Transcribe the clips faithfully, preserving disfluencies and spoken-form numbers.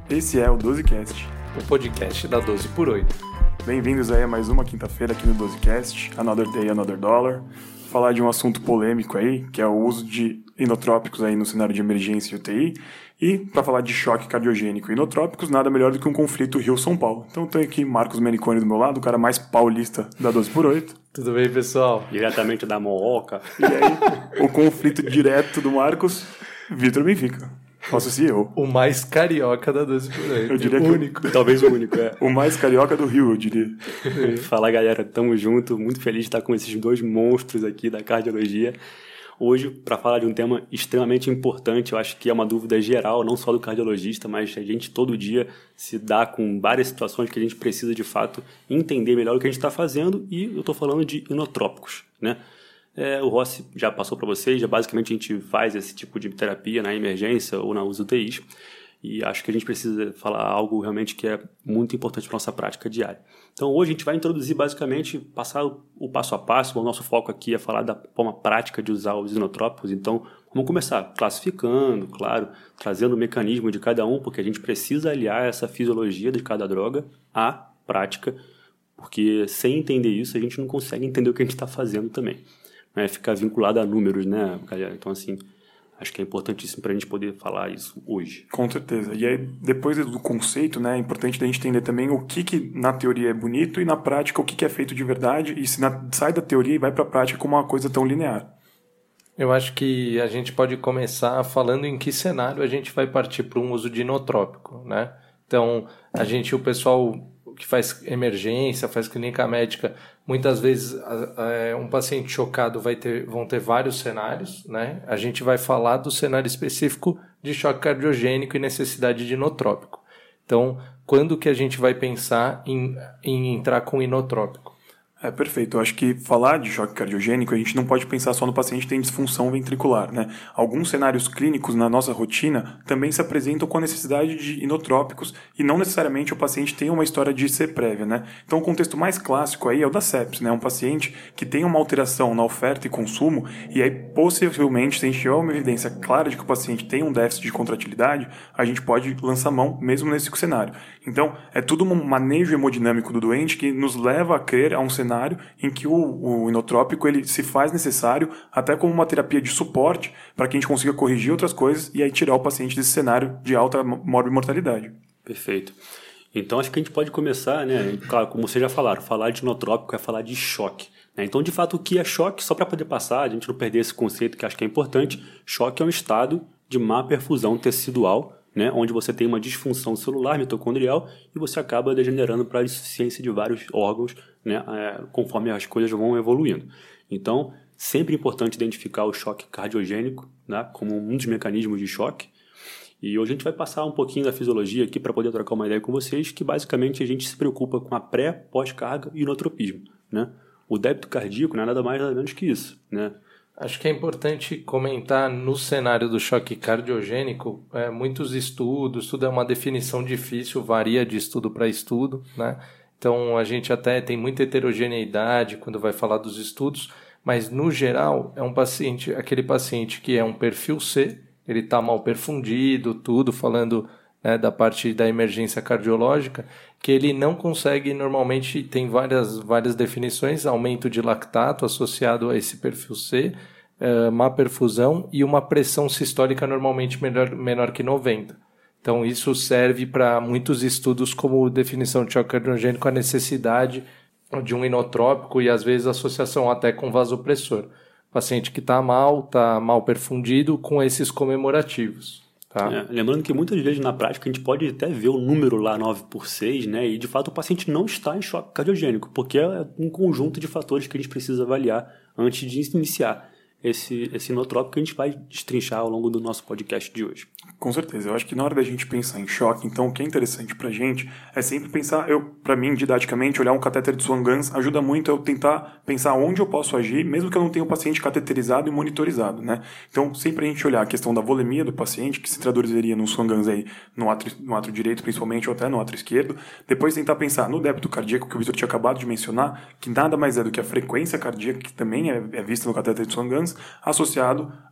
Esse é o DozeCast, o podcast da doze por oito. Bem-vindos aí a mais uma quinta-feira aqui no DozeCast, Another Day, Another Dollar. Falar de um assunto polêmico aí, que é o uso de inotrópicos aí no cenário de emergência e U T I. E para falar de choque cardiogênico e inotrópicos, nada melhor do que um conflito Rio-São Paulo. Então tem aqui Marcos Meniconi do meu lado, o cara mais paulista da doze por oito. Tudo bem, pessoal? Diretamente da Mooca. E aí, o conflito direto do Marcos, Vitor Benfica. Nossa, C E O. O mais carioca da doze por oito. Eu diria o que único. O, talvez o único, é. O mais carioca do Rio, eu diria. Fala, galera, tamo junto. Muito feliz de estar com esses dois monstros aqui da cardiologia. Hoje, para falar de um tema extremamente importante, eu acho que é uma dúvida geral, não só do cardiologista, mas a gente todo dia se dá com várias situações que a gente precisa, de fato, entender melhor o que a gente está fazendo, e eu estou falando de inotrópicos, né? É, o Rossi já passou para vocês, já basicamente a gente faz esse tipo de terapia na emergência ou na U T Is, e acho que a gente precisa falar algo realmente que é muito importante para a nossa prática diária. Então hoje a gente vai introduzir basicamente, passar o passo a passo. O nosso foco aqui é falar da forma prática de usar os inotrópicos. Então vamos começar classificando, claro, trazendo o mecanismo de cada um, porque a gente precisa aliar essa fisiologia de cada droga à prática, porque sem entender isso a gente não consegue entender o que a gente está fazendo também. Né? Ficar vinculado a números, né, galera? Então assim, acho que é importantíssimo para a gente poder falar isso hoje. Com certeza. E aí, depois do conceito, né, é importante a gente entender também o que, que na teoria é bonito e na prática o que, que é feito de verdade, e se na, sai da teoria e vai para a prática como uma coisa tão linear. Eu acho que a gente pode começar falando em que cenário a gente vai partir para um uso de inotrópico, né? Então, a gente, o pessoal que faz emergência, faz clínica médica, muitas vezes é, um paciente chocado vai ter, vão ter vários cenários, né? A gente vai falar do cenário específico de choque cardiogênico e necessidade de inotrópico. Então, quando que a gente vai pensar em, em entrar com inotrópico? É, perfeito. Eu acho que falar de choque cardiogênico, a gente não pode pensar só no paciente que tem disfunção ventricular, né? Alguns cenários clínicos na nossa rotina também se apresentam com a necessidade de inotrópicos, e não necessariamente o paciente tem uma história de I C prévia, né? Então o contexto mais clássico aí é o da sepse, né? Um paciente que tem uma alteração na oferta e consumo, e aí possivelmente, se a gente tiver uma evidência clara de que o paciente tem um déficit de contratilidade, a gente pode lançar mão mesmo nesse cenário. Então é tudo um manejo hemodinâmico do doente que nos leva a crer a um cenário cenário em que o, o inotrópico ele se faz necessário até como uma terapia de suporte para que a gente consiga corrigir outras coisas e aí tirar o paciente desse cenário de alta morbimortalidade. Perfeito. Então acho que a gente pode começar, né? Claro, como vocês já falaram, falar de inotrópico é falar de choque, né? Então, de fato, o que é choque? Só para poder passar, a gente não perder esse conceito que acho que é importante, choque é um estado de má perfusão tecidual, né, onde você tem uma disfunção celular mitocondrial e você acaba degenerando para a insuficiência de vários órgãos, né, é, conforme as coisas vão evoluindo. Então, sempre importante identificar o choque cardiogênico, né, como um dos mecanismos de choque. E hoje a gente vai passar um pouquinho da fisiologia aqui para poder trocar uma ideia com vocês, que basicamente a gente se preocupa com a pré, pós-carga e inotropismo, né? O débito cardíaco não é nada mais nada menos que isso, né? Acho que é importante comentar no cenário do choque cardiogênico, é, muitos estudos, tudo é uma definição difícil, varia de estudo para estudo, né? Então a gente até tem muita heterogeneidade quando vai falar dos estudos, mas no geral é um paciente, aquele paciente que é um perfil C, ele está mal perfundido, tudo, falando, né, da parte da emergência cardiológica, que ele não consegue, normalmente tem várias, várias definições, aumento de lactato associado a esse perfil C, uh, má perfusão e uma pressão sistólica normalmente menor, menor que noventa. Então isso serve para muitos estudos como definição de choque cardiogênico, a necessidade de um inotrópico e às vezes associação até com vasopressor. Paciente que está mal, está mal perfundido com esses comemorativos. Tá. É, lembrando que muitas vezes na prática a gente pode até ver o número lá nove por seis, né, e de fato o paciente não está em choque cardiogênico, porque é um conjunto de fatores que a gente precisa avaliar antes de iniciar esse, esse inotrópico que a gente vai destrinchar ao longo do nosso podcast de hoje. Com certeza, eu acho que na hora da gente pensar em choque, então o que é interessante pra gente é sempre pensar, eu, pra mim, didaticamente, olhar um catéter de Swan-Ganz ajuda muito a eu tentar pensar onde eu posso agir, mesmo que eu não tenha o paciente cateterizado e monitorizado, né? Então, sempre a gente olhar a questão da volemia do paciente, que se traduziria num Swan-Ganz aí no átrio, no átrio direito, principalmente, ou até no átrio esquerdo, depois tentar pensar no débito cardíaco, que o Vitor tinha acabado de mencionar, que nada mais é do que a frequência cardíaca, que também é, é vista no catéter de Swan-Ganz, associado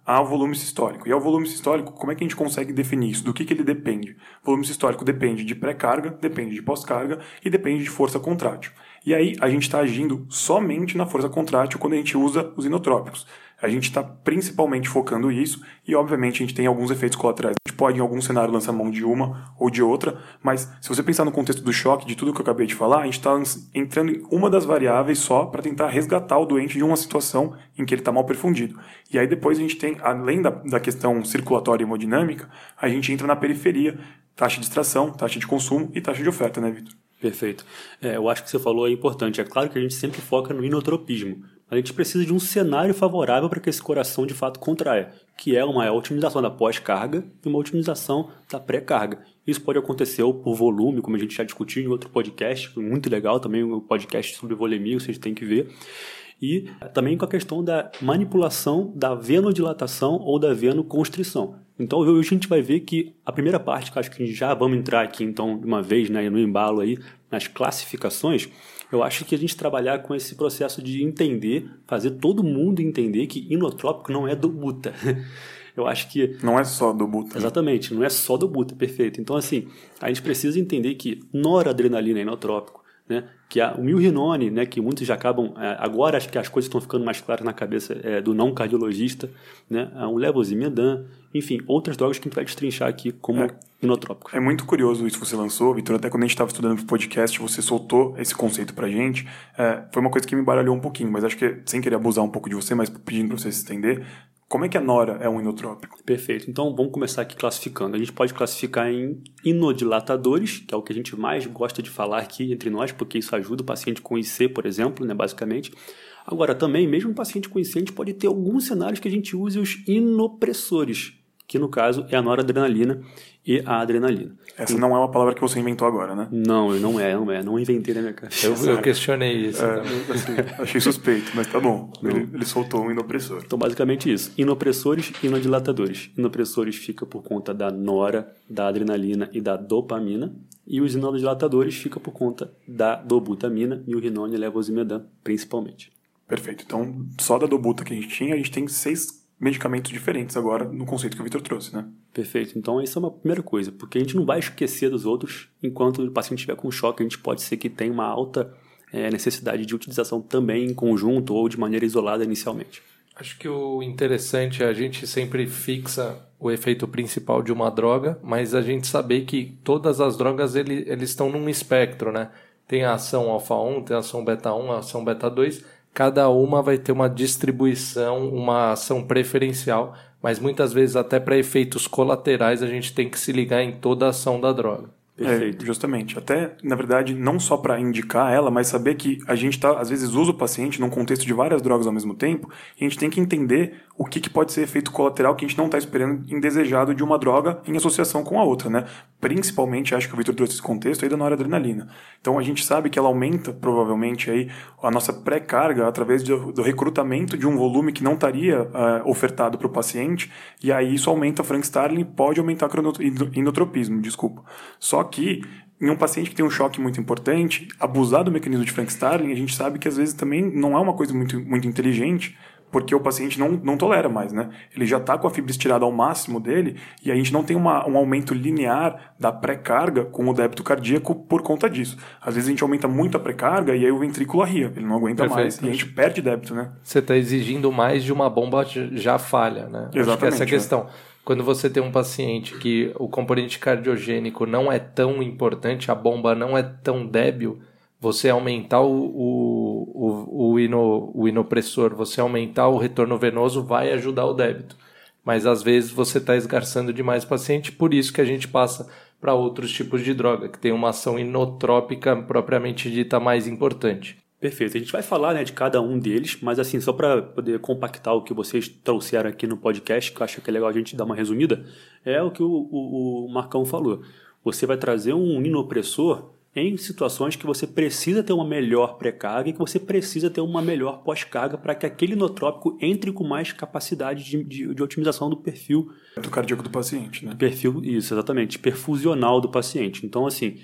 ao volume sistólico. E ao volume sistólico, como é que a gente consegue definir isso? Do que, que ele depende? O volume sistólico depende de pré-carga, depende de pós-carga e depende de força contrátil. E aí a gente está agindo somente na força contrátil quando a gente usa os inotrópicos. A gente está principalmente focando isso e, obviamente, a gente tem alguns efeitos colaterais. A gente pode, em algum cenário, lançar mão de uma ou de outra, mas se você pensar no contexto do choque, de tudo que eu acabei de falar, a gente está entrando em uma das variáveis só para tentar resgatar o doente de uma situação em que ele está mal perfundido. E aí depois a gente tem, além da, da questão circulatória e hemodinâmica, a gente entra na periferia, taxa de extração, taxa de consumo e taxa de oferta, né, Vitor? Perfeito. É, eu acho que você falou é importante. É claro que a gente sempre foca no inotropismo. A gente precisa de um cenário favorável para que esse coração de fato contraia, que é uma otimização da pós-carga e uma otimização da pré-carga. Isso pode acontecer ou por volume, como a gente já discutiu em outro podcast, muito legal também, o um podcast sobre volemia, vocês têm que ver. E também com a questão da manipulação da venodilatação ou da venoconstrição. Então hoje a gente vai ver que a primeira parte, que acho que já vamos entrar aqui então de uma vez, né, no embalo aí, nas classificações, eu acho que a gente trabalhar com esse processo de entender, fazer todo mundo entender que inotrópico não é dobuta. Eu acho que... Não é só dobuta. Exatamente, não é só dobuta, perfeito. Então assim, a gente precisa entender que noradrenalina é inotrópico, né? Que a, o milrinone, né, que muitos já acabam, é, agora acho que as coisas estão ficando mais claras na cabeça é, do não cardiologista, né, o levosimedan, enfim, outras drogas que a gente vai destrinchar aqui como é, inotrópicos. É muito curioso isso que você lançou, Vitor, até quando a gente estava estudando para o podcast, você soltou esse conceito para a gente, é, foi uma coisa que me embaralhou um pouquinho, mas acho que, sem querer abusar um pouco de você, mas pedindo para você se estender, como é que a nora é um inotrópico? Perfeito. Então, vamos começar aqui classificando. A gente pode classificar em inodilatadores, que é o que a gente mais gosta de falar aqui entre nós, porque isso ajuda o paciente com I C, por exemplo, né, basicamente. Agora, também, mesmo o paciente com I C, a gente pode ter alguns cenários que a gente use os inopressores, que no caso é a noradrenalina e a adrenalina. Essa e... não é uma palavra que você inventou agora, né? Não, não é, não é. Não inventei na minha cabeça. Eu, eu questionei isso. É, assim, achei suspeito, mas tá bom. Ele, ele soltou um inopressor. Então, basicamente isso. Inopressores e inodilatadores. Inopressores fica por conta da nora, da adrenalina e da dopamina. E os inodilatadores fica por conta da dobutamina, milrinone e levosimedan, principalmente. Perfeito. Então, só da dobuta que a gente tinha, a gente tem seis medicamentos diferentes agora no conceito que o Vitor trouxe, né? Perfeito. Então, isso é uma primeira coisa, porque a gente não vai esquecer dos outros enquanto o paciente estiver com choque. A gente pode ser que tenha uma alta é, necessidade de utilização também em conjunto ou de maneira isolada inicialmente. Acho que o interessante é a gente sempre fixa o efeito principal de uma droga, mas a gente saber que todas as drogas ele, eles estão num espectro, né? Tem a ação alfa um, tem a ação beta um, a ação beta dois. Cada uma vai ter uma distribuição, uma ação preferencial, mas muitas vezes até para efeitos colaterais a gente tem que se ligar em toda a ação da droga. Perfeito. É, justamente. Até, na verdade, não só para indicar ela, mas saber que a gente tá, às vezes usa o paciente num contexto de várias drogas ao mesmo tempo e a gente tem que entender o que, que pode ser efeito colateral que a gente não está esperando indesejado de uma droga em associação com a outra, né? Principalmente, acho que o Vitor trouxe esse contexto aí da noradrenalina. Então, a gente sabe que ela aumenta, provavelmente, aí, a nossa pré-carga através do, do recrutamento de um volume que não estaria uh, ofertado para o paciente, e aí isso aumenta a Frank Starling e pode aumentar o inotropismo, desculpa. Só que, em um paciente que tem um choque muito importante, abusar do mecanismo de Frank Starling, a gente sabe que às vezes também não é uma coisa muito, muito inteligente, porque o paciente não, não tolera mais, né? Ele já está com a fibra estirada ao máximo dele e a gente não tem uma, um aumento linear da pré-carga com o débito cardíaco por conta disso. Às vezes a gente aumenta muito a pré-carga e aí o ventrículo arria, ele não aguenta Perfeito. mais e a gente perde débito, né? Você está exigindo mais de uma bomba já falha, né? Exatamente. Acho que essa é a questão. É. Quando você tem um paciente que o componente cardiogênico não é tão importante, a bomba não é tão débil, você aumentar o, o, o, o, ino, o inopressor, você aumentar o retorno venoso vai ajudar o débito. Mas às vezes você está esgarçando demais o paciente, por isso que a gente passa para outros tipos de droga, que tem uma ação inotrópica propriamente dita mais importante. Perfeito. A gente vai falar, né, de cada um deles, mas assim, só para poder compactar o que vocês trouxeram aqui no podcast, que eu acho que é legal a gente dar uma resumida, é o que o, o, o Marcão falou. Você vai trazer um inopressor em situações que você precisa ter uma melhor pré-carga e que você precisa ter uma melhor pós-carga para que aquele inotrópico entre com mais capacidade de, de, de otimização do perfil do cardíaco do paciente, né? Do perfil, isso, exatamente, perfusional do paciente. Então, assim,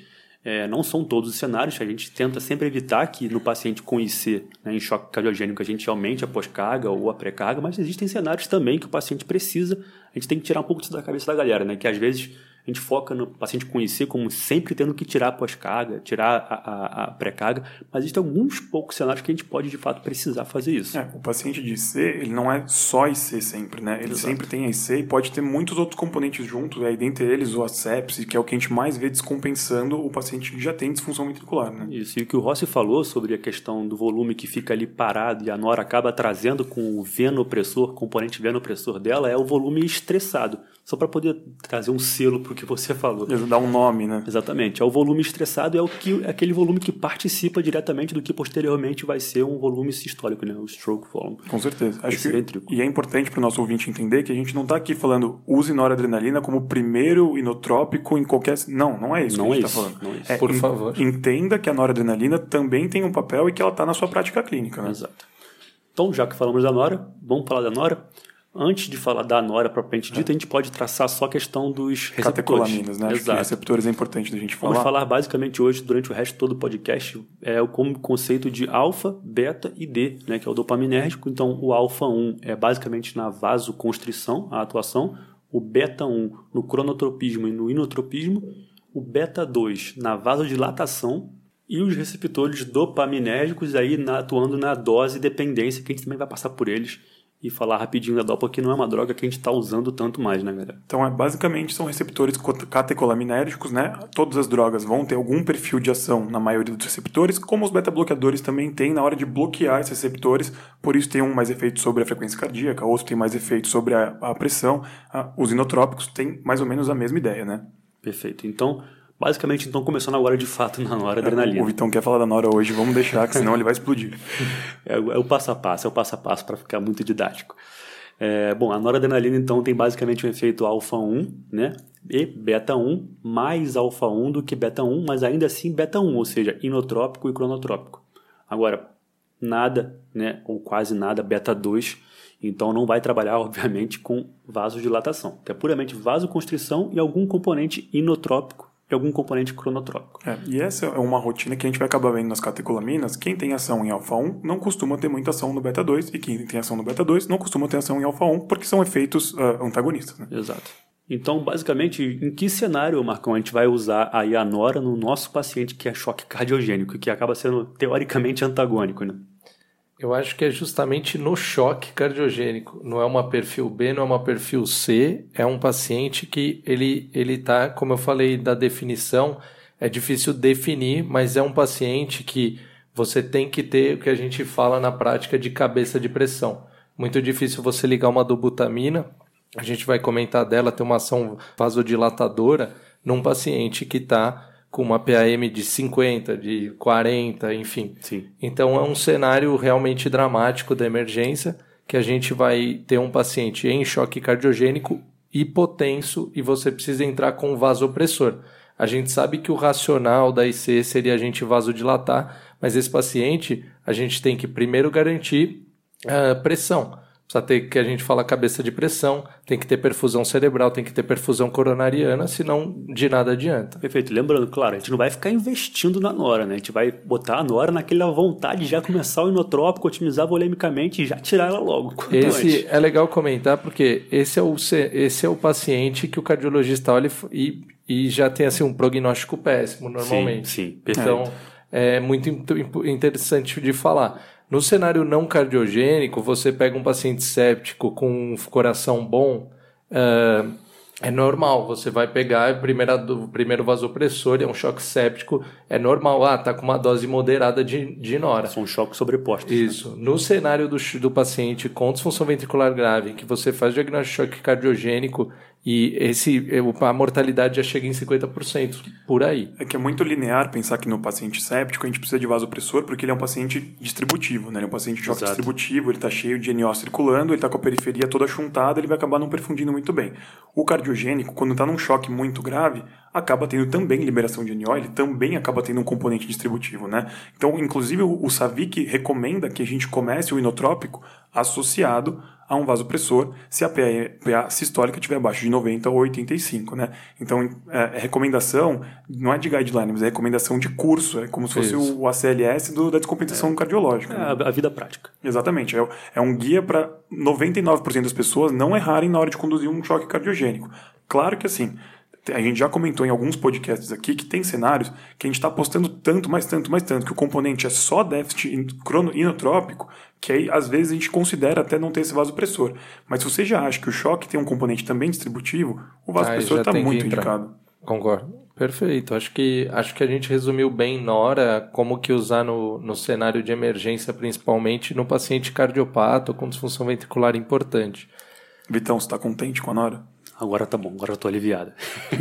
É, não são todos os cenários, a gente tenta sempre evitar que no paciente com I C, né, em choque cardiogênico, a gente aumente a pós-carga ou a pré-carga, mas existem cenários também que o paciente precisa, a gente tem que tirar um pouco disso da cabeça da galera, né, que às vezes a gente foca no paciente com I C como sempre tendo que tirar a pós-carga, tirar a, a, a pré-carga, mas existem alguns poucos cenários que a gente pode de fato precisar fazer isso. É, o paciente de I C, ele não é só I C sempre, né? Ele Exato. sempre tem I C e pode ter muitos outros componentes juntos, aí dentre eles o sepse, que é o que a gente mais vê descompensando o paciente que já tem disfunção ventricular, né? Isso, e o que o Rossi falou sobre a questão do volume que fica ali parado e a nora acaba trazendo com o venopressor, componente venopressor dela, é o volume estressado. Só para poder trazer um selo para o que você falou. Dar um nome, né? Exatamente. É o volume estressado, é, o que, é aquele volume que participa diretamente do que posteriormente vai ser um volume sistólico, né? O stroke volume. Com certeza. Acho que, ventrículo. E é importante para o nosso ouvinte entender que a gente não está aqui falando use noradrenalina como o primeiro inotrópico em qualquer... Não, não é isso não que a gente está falando. Não é isso. É, Por en... favor. Entenda que a noradrenalina também tem um papel e que ela está na sua prática clínica, né? Exato. Então, já que falamos da nora, vamos falar da nora. Antes de falar da nora propriamente dita, é. a gente pode traçar só a questão dos receptores. Catecolaminas, né? Exato. Acho que receptores é importante da gente falar. Vamos falar basicamente hoje, durante o resto todo do podcast, é, como conceito de alfa, beta e D, né, que é o dopaminérgico. Então, o alfa um é basicamente na vasoconstrição, a atuação. O beta um no cronotropismo e no inotropismo. O beta dois na vasodilatação. E os receptores dopaminérgicos aí na, atuando na dose dependência, que a gente também vai passar por eles. E falar rapidinho da dopa, que não é uma droga que a gente está usando tanto mais, né, galera? Então, é, basicamente, são receptores catecolaminérgicos, né? Todas as drogas vão ter algum perfil de ação na maioria dos receptores, como os beta-bloqueadores também têm na hora de bloquear esses receptores, por isso tem um mais efeito sobre a frequência cardíaca, outro tem mais efeito sobre a, a pressão. Ah, os inotrópicos têm mais ou menos a mesma ideia, né? Perfeito. Então... Basicamente, então, começando agora de fato na noradrenalina. O Vitão quer falar da nora hoje, vamos deixar, que senão ele vai explodir. É, é o passo a passo, é o passo a passo para ficar muito didático. É, bom, a noradrenalina, então, tem basicamente um efeito alfa um, né? E beta um, mais alfa um do que beta um, mas ainda assim beta um, ou seja, inotrópico e cronotrópico. Agora, nada, né, ou quase nada, beta dois, então não vai trabalhar, obviamente, com vasodilatação. É puramente vasoconstrição e algum componente inotrópico, e algum componente cronotrópico. É, e essa é uma rotina que a gente vai acabar vendo nas catecolaminas. Quem tem ação em alfa um não costuma ter muita ação no beta dois, e quem tem ação no beta dois não costuma ter ação em alfa um, porque são efeitos uh, antagonistas. Né? Exato. Então, basicamente, em que cenário, Marcão, a gente vai usar aí a nora no nosso paciente que é choque cardiogênico, que acaba sendo teoricamente antagônico, né? Eu acho que é justamente no choque cardiogênico. Não é uma perfil B, não é uma perfil C. É um paciente que ele ele tá, como eu falei da definição, é difícil definir, mas é um paciente que você tem que ter o que a gente fala na prática de cabeça de pressão. Muito difícil você ligar uma dobutamina, a gente vai comentar dela, ter uma ação vasodilatadora num paciente que está com uma P A M de cinquenta, de quarenta, enfim. Sim. Então é um cenário realmente dramático da emergência, que a gente vai ter um paciente em choque cardiogênico hipotenso e você precisa entrar com vasopressor. A gente sabe que o racional da I C seria a gente vasodilatar, mas esse paciente a gente tem que primeiro garantir a uh, pressão. Precisa ter, que a gente fala cabeça de pressão, tem que ter perfusão cerebral, tem que ter perfusão coronariana, senão de nada adianta. Perfeito. Lembrando, claro, a gente não vai ficar investindo na nora, né? A gente vai botar a nora naquela vontade de já começar o inotrópico, otimizar volemicamente e já tirar ela logo. Esse antes. É legal comentar porque esse é o, esse é o paciente que o cardiologista olha e, e já tem assim, um prognóstico péssimo normalmente. Sim, sim, perfeito. Então, é muito interessante de falar. No cenário não cardiogênico, você pega um paciente séptico com um coração bom, uh, é normal, você vai pegar o primeiro, primeiro vasopressor, é um choque séptico, é normal, ah, tá com uma dose moderada de, de nora. São choques sobrepostos. Isso. Né? No cenário do, do paciente com disfunção ventricular grave, que você faz diagnóstico de choque cardiogênico, e esse, a mortalidade já chega em cinquenta por cento por aí. É que é muito linear pensar que no paciente séptico a gente precisa de vasopressor porque ele é um paciente distributivo, né? Ele é um paciente de choque Exato. distributivo, ele está cheio de N O circulando, ele está com a periferia toda chuntada, ele vai acabar não perfundindo muito bem. O cardiogênico, quando está num choque muito grave, acaba tendo também liberação de N O, ele também acaba tendo um componente distributivo, né? Então, inclusive, o, o SAVIC recomenda que a gente comece o inotrópico associado a um vasopressor se a P A sistólica estiver abaixo de noventa ou oitenta e cinco, né? Então, é, é recomendação, não é de guideline, mas é recomendação de curso, é como se fosse Isso. o A C L S do, da descompensação é. cardiológica. É né? a vida prática. Exatamente, é, é um guia para noventa e nove por cento das pessoas não errarem na hora de conduzir um choque cardiogênico. Claro que assim, a gente já comentou em alguns podcasts aqui que tem cenários que a gente está apostando tanto, mais tanto, mais tanto, que o componente é só déficit inotrópico, que aí às vezes a gente considera até não ter esse vasopressor. Mas se você já acha que o choque tem um componente também distributivo, o vasopressor está muito indicado. Concordo. Perfeito. Acho que, acho que a gente resumiu bem na hora como que usar no, no cenário de emergência, principalmente no paciente cardiopata com disfunção ventricular importante. Vitão, você está contente com a Nora? Agora tá bom, agora eu tô aliviada.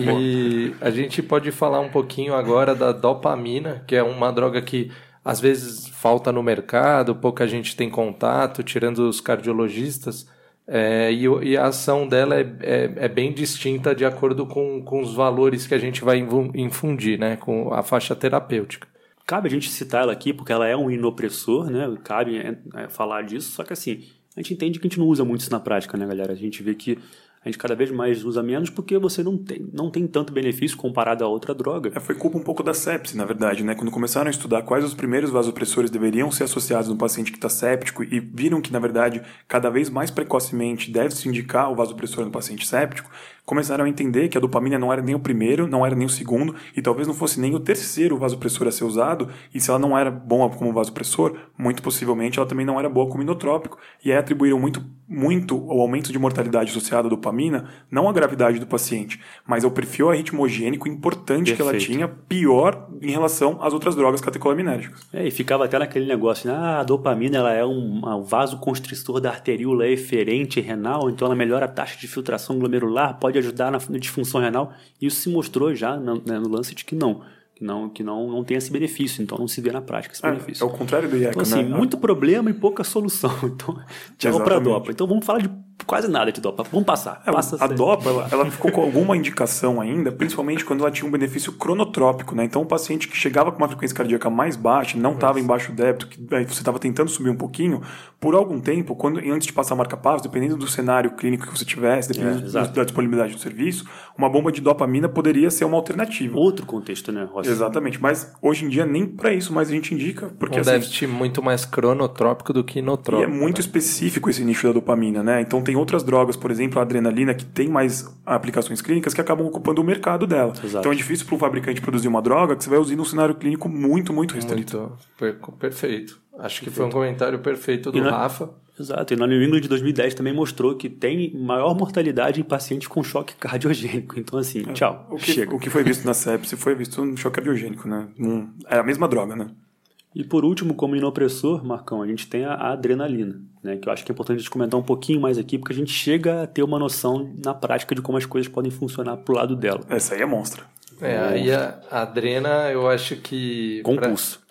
E a gente pode falar um pouquinho agora da dopamina, que é uma droga que às vezes falta no mercado, pouca gente tem contato, tirando os cardiologistas, é, e, e a ação dela é, é, é bem distinta de acordo com, com os valores que a gente vai infundir, né, com a faixa terapêutica. Cabe a gente citar ela aqui, porque ela é um inopressor, né, cabe é, é, falar disso, só que assim, a gente entende que a gente não usa muito isso na prática, né, galera? A gente vê que a gente cada vez mais usa menos porque você não tem, não tem tanto benefício comparado a outra droga. É, foi culpa um pouco da sepse, na verdade, né? Quando começaram a estudar quais os primeiros vasopressores deveriam ser associados no paciente que está séptico e viram que, na verdade, cada vez mais precocemente deve-se indicar o vasopressor no paciente séptico, começaram a entender que a dopamina não era nem o primeiro, não era nem o segundo e talvez não fosse nem o terceiro vasopressor a ser usado, e se ela não era boa como vasopressor, muito possivelmente ela também não era boa como inotrópico, e aí atribuíram muito, muito o aumento de mortalidade associado à dopamina, não à gravidade do paciente, mas ao perfil arritmogênico importante Perfeito. que ela tinha, pior em relação às outras drogas catecolaminérgicas. É, e ficava até naquele negócio, né? Ah, a dopamina ela é um, um vasoconstritor da arteríola eferente renal, então ela melhora a taxa de filtração glomerular, pode ajudar na disfunção renal, e isso se mostrou já no, né, no Lancet que não, que, não, que não, não tem esse benefício, então não se vê na prática esse é, benefício. É o contrário do I E C A, então, assim, né? muito problema e pouca solução, então tchau pra dopa. Então vamos falar de quase nada de dopa, vamos passar. É, Passa a dopa, ela, ela ficou com alguma indicação ainda, principalmente quando ela tinha um benefício cronotrópico, né? Então o paciente que chegava com uma frequência cardíaca mais baixa, não estava em baixo débito, que aí você estava tentando subir um pouquinho, por algum tempo, quando, antes de passar a marca-passo, dependendo do cenário clínico que você tivesse, dependendo é, da disponibilidade do serviço, uma bomba de dopamina poderia ser uma alternativa. Outro contexto, né, Rossi? Exatamente, mas hoje em dia nem para isso mais a gente indica, porque um assim, déficit muito mais cronotrópico do que inotrópico. E é muito né? específico esse nicho da dopamina, né? Então tem outras drogas, por exemplo, a adrenalina, que tem mais aplicações clínicas que acabam ocupando o mercado dela. Exato. Então é difícil para um fabricante produzir uma droga que você vai usar num cenário clínico muito, muito restrito. Muito, per- perfeito. Acho que perfeito. Foi um comentário perfeito do e na, Rafa. Exato. E na New England de dois mil e dez também mostrou que tem maior mortalidade em pacientes com choque cardiogênico. Então assim, é, tchau, o que, chega. O que foi visto na sepse foi visto no choque cardiogênico, né? Um, é a mesma droga, né? E por último, como inopressor, Marcão, a gente tem a, a adrenalina, né, que eu acho que é importante a gente comentar um pouquinho mais aqui, porque a gente chega a ter uma noção na prática de como as coisas podem funcionar pro lado dela. Essa aí é monstra. É, aí a, a adrena, eu acho que... Compulso.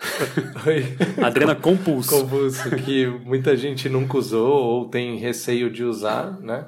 Pra... Adrena compulso. Compulso, que muita gente nunca usou ou tem receio de usar, né?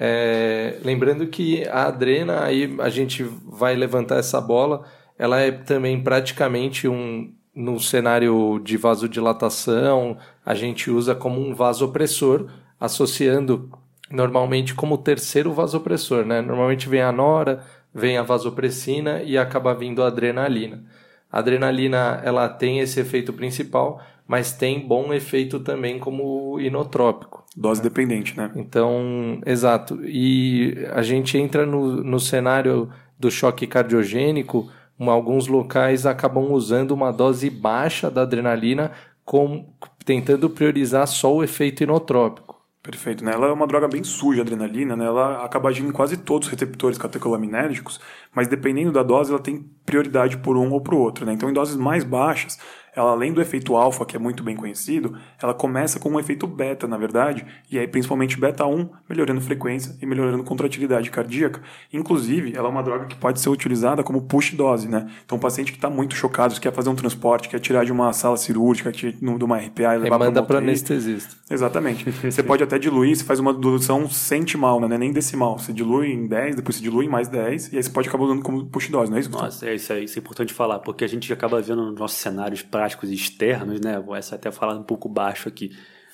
É, lembrando que a adrena, aí a gente vai levantar essa bola, ela é também praticamente um... No cenário de vasodilatação, a gente usa como um vasopressor, associando normalmente como terceiro vasopressor, né? Normalmente vem a nora, vem a vasopressina e acaba vindo a adrenalina. A adrenalina, ela tem esse efeito principal, mas tem bom efeito também como inotrópico. Dose dependente, né? Então, exato. E a gente entra no, no cenário do choque cardiogênico. Alguns locais acabam usando uma dose baixa da adrenalina, com, tentando priorizar só o efeito inotrópico. Perfeito, né? Ela é uma droga bem suja, a adrenalina, né? Ela acaba agindo em quase todos os receptores catecolaminérgicos, mas dependendo da dose, ela tem prioridade por um ou por outro, né? Então, em doses mais baixas, ela, além do efeito alfa, que é muito bem conhecido, ela começa com um efeito beta, na verdade, e aí principalmente beta um, melhorando frequência e melhorando contratilidade cardíaca. Inclusive, ela é uma droga que pode ser utilizada como push dose, né? Então, um paciente que está muito chocado, quer fazer um transporte, quer tirar de uma sala cirúrgica, de uma R P A e levar para manda para anestesista. Exatamente. Você pode até diluir, você faz uma diluição centimal, né? Não é nem decimal. Você dilui em dez, depois você dilui em mais dez, e aí você pode acabar usando como push dose, não é isso? Nossa, é isso, é, isso é importante falar, porque a gente acaba vendo nos nossos cenários práticos e externos, né? Essa até falar um pouco baixo aqui.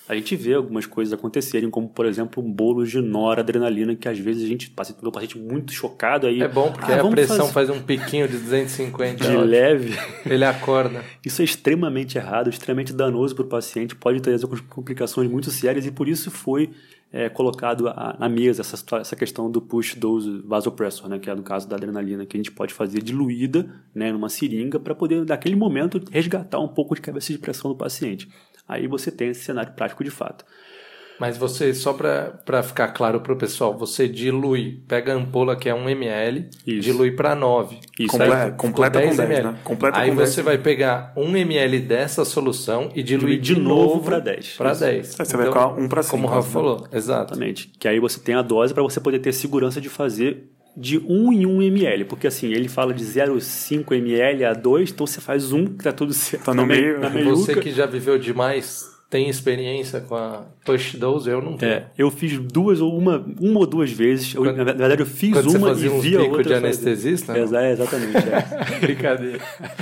a gente vê algumas coisas acontecerem, como, por exemplo, um bolo de noradrenalina, que às vezes a gente passa pelo paciente muito chocado. Aí, é bom, porque ah, a pressão fazer... faz um piquinho de duzentos e cinquenta. De leve. Ele acorda. Isso é extremamente errado, extremamente danoso para o paciente, pode trazer complicações muito sérias, e por isso foi é, colocado a, na mesa essa, essa questão do push dose vasopressor, né, que é no caso da adrenalina, que a gente pode fazer diluída, né, numa seringa, para poder, naquele momento, resgatar um pouco de cabeça de pressão do paciente. Aí você tem esse cenário prático de fato. Mas você, só para ficar claro para o pessoal, você dilui, pega a ampola que é um mililitro, dilui para nove. Isso, Comple aí, completa com dez, né? Completa aí com você dez. Vai pegar um mililitro dessa solução e diluir de, de novo para dez. Para dez. Aí você então, vai ficar um para cinco. Como o Rafa falou, exatamente. Que aí você tem a dose para você poder ter segurança de fazer de um em um mililitro, porque assim, ele fala de zero vírgula cinco mililitros a dois, então você faz um, que tá tudo certo. Tá no meio. Na você que já viveu demais, tem experiência com a push dose? Eu não tenho. É, eu fiz duas ou uma, uma ou duas vezes, eu, quando, na verdade eu fiz quando uma você e vi a outra de anestesista? Fazer. É, exatamente. É. Brincadeira.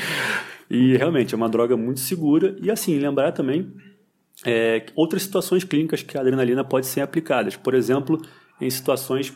E realmente é uma droga muito segura, e assim, lembrar também é, outras situações clínicas que a adrenalina pode ser aplicada, por exemplo, em situações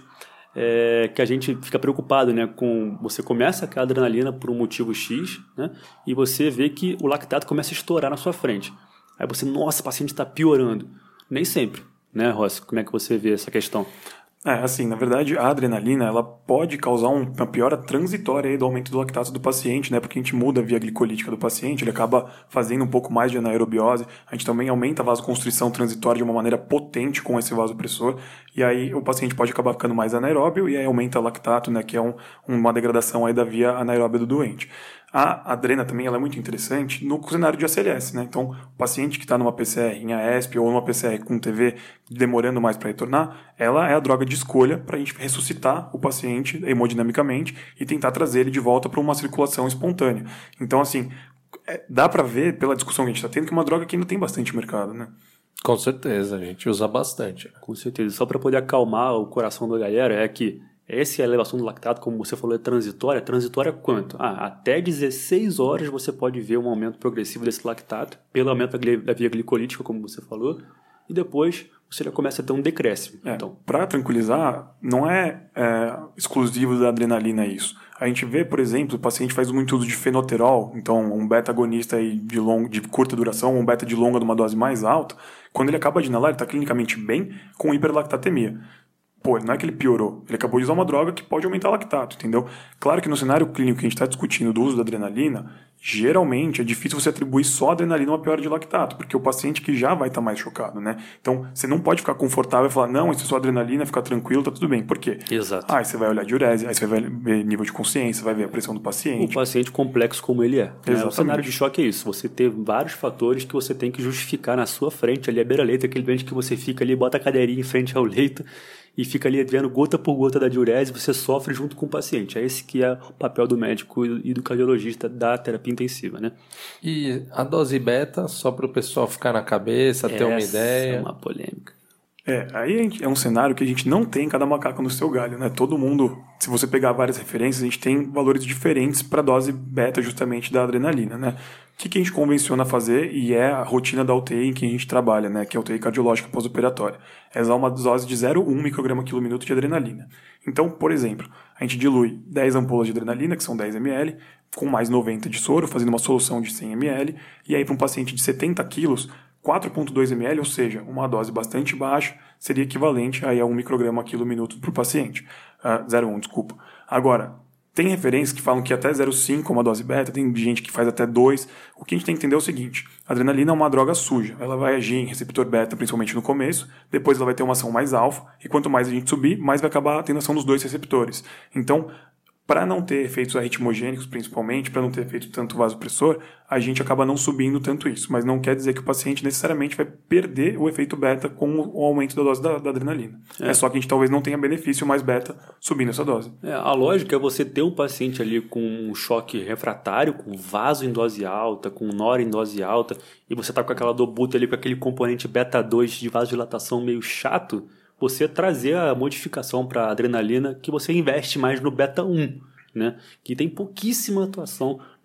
É, que a gente fica preocupado, né, com você começa aquela adrenalina por um motivo X, né, e você vê que o lactato começa a estourar na sua frente. Aí você, nossa, o paciente está piorando. Nem sempre, né, Rossi? Como é que você vê essa questão? É, assim, na verdade, a adrenalina, ela pode causar um, uma piora transitória aí do aumento do lactato do paciente, né? Porque a gente muda a via glicolítica do paciente, ele acaba fazendo um pouco mais de anaerobiose, a gente também aumenta a vasoconstrição transitória de uma maneira potente com esse vasopressor, e aí o paciente pode acabar ficando mais anaeróbio, e aí aumenta o lactato, né? Que é um, uma degradação aí da via anaeróbia do doente. A adrena também ela é muito interessante no cenário de A C L S, né? Então, o paciente que está numa P C R em A E S P ou numa P C R com T V demorando mais para retornar, ela é a droga de escolha para a gente ressuscitar o paciente hemodinamicamente e tentar trazer ele de volta para uma circulação espontânea. Então, assim, é, dá para ver pela discussão que a gente está tendo que é uma droga que ainda tem bastante mercado, né? Com certeza, a gente usa bastante. Com certeza. Só para poder acalmar o coração da galera, é que essa elevação do lactato, como você falou, é transitória. Transitória quanto? Ah, até dezesseis horas você pode ver um aumento progressivo desse lactato, pelo aumento da via glicolítica, como você falou, e depois você já começa a ter um decréscimo. É, então, para tranquilizar, não é, é exclusivo da adrenalina isso. A gente vê, por exemplo, o paciente faz muito uso de fenoterol, então um beta-agonista aí de, long, de curta duração, um beta de longa de uma dose mais alta, quando ele acaba de inalar, ele está clinicamente bem com hiperlactatemia. Pô, não é que ele piorou, ele acabou de usar uma droga que pode aumentar o lactato, entendeu? Claro que no cenário clínico que a gente está discutindo do uso da adrenalina, geralmente é difícil você atribuir só a adrenalina uma piora de lactato, porque o paciente que já vai estar tá mais chocado, né? Então, você não pode ficar confortável e falar, não, isso é só adrenalina, fica tranquilo, tá tudo bem. Por quê? Exato. Ah, aí você vai olhar diurese, aí você vai ver nível de consciência, vai ver a pressão do paciente. O paciente complexo como ele é. Né? O cenário de choque é isso, você tem vários fatores que você tem que justificar na sua frente, ali à beira-leito, aquele doente que você fica ali, bota a cadeirinha em frente ao leito e fica ali vendo gota por gota da diurese, você sofre junto com o paciente. É esse que é o papel do médico e do cardiologista da terapia intensiva, né? E a dose beta, só para o pessoal ficar na cabeça, ter uma ideia. Essa é uma polêmica. É, aí é um cenário que a gente não tem cada macaco no seu galho, né? Todo mundo, se você pegar várias referências, a gente tem valores diferentes para a dose beta justamente da adrenalina, né? O que, que a gente convenciona a fazer e é a rotina da U T I em que a gente trabalha, né? Que é a U T I cardiológica pós-operatória. É usar uma dose de zero vírgula um micrograma quilo minuto de adrenalina. Então, por exemplo, a gente dilui dez ampolas de adrenalina, que são dez mililitros, com mais noventa de soro, fazendo uma solução de cem mililitros, e aí para um paciente de setenta quilos, quatro vírgula dois mililitros, ou seja, uma dose bastante baixa, seria equivalente aí a um micrograma quilo minuto para o paciente. Uh, zero vírgula um, desculpa. Agora, tem referências que falam que até zero vírgula cinco é uma dose beta, tem gente que faz até dois. O que a gente tem que entender é o seguinte, a adrenalina é uma droga suja, ela vai agir em receptor beta, principalmente no começo, depois ela vai ter uma ação mais alfa, e quanto mais a gente subir, mais vai acabar tendo ação dos dois receptores. Então, para não ter efeitos arritmogênicos, principalmente, para não ter efeito tanto vasopressor, a gente acaba não subindo tanto isso. Mas não quer dizer que o paciente necessariamente vai perder o efeito beta com o aumento da dose da, da adrenalina. É. é só que a gente talvez não tenha benefício mais beta subindo essa dose. É, a lógica é você ter um paciente ali com um choque refratário, com vaso em dose alta, com nora em dose alta, e você tá com aquela dobuta ali com aquele componente beta dois de vasodilatação meio chato, você trazer a modificação para a adrenalina que você investe mais no beta um, né? Que tem pouquíssima atuação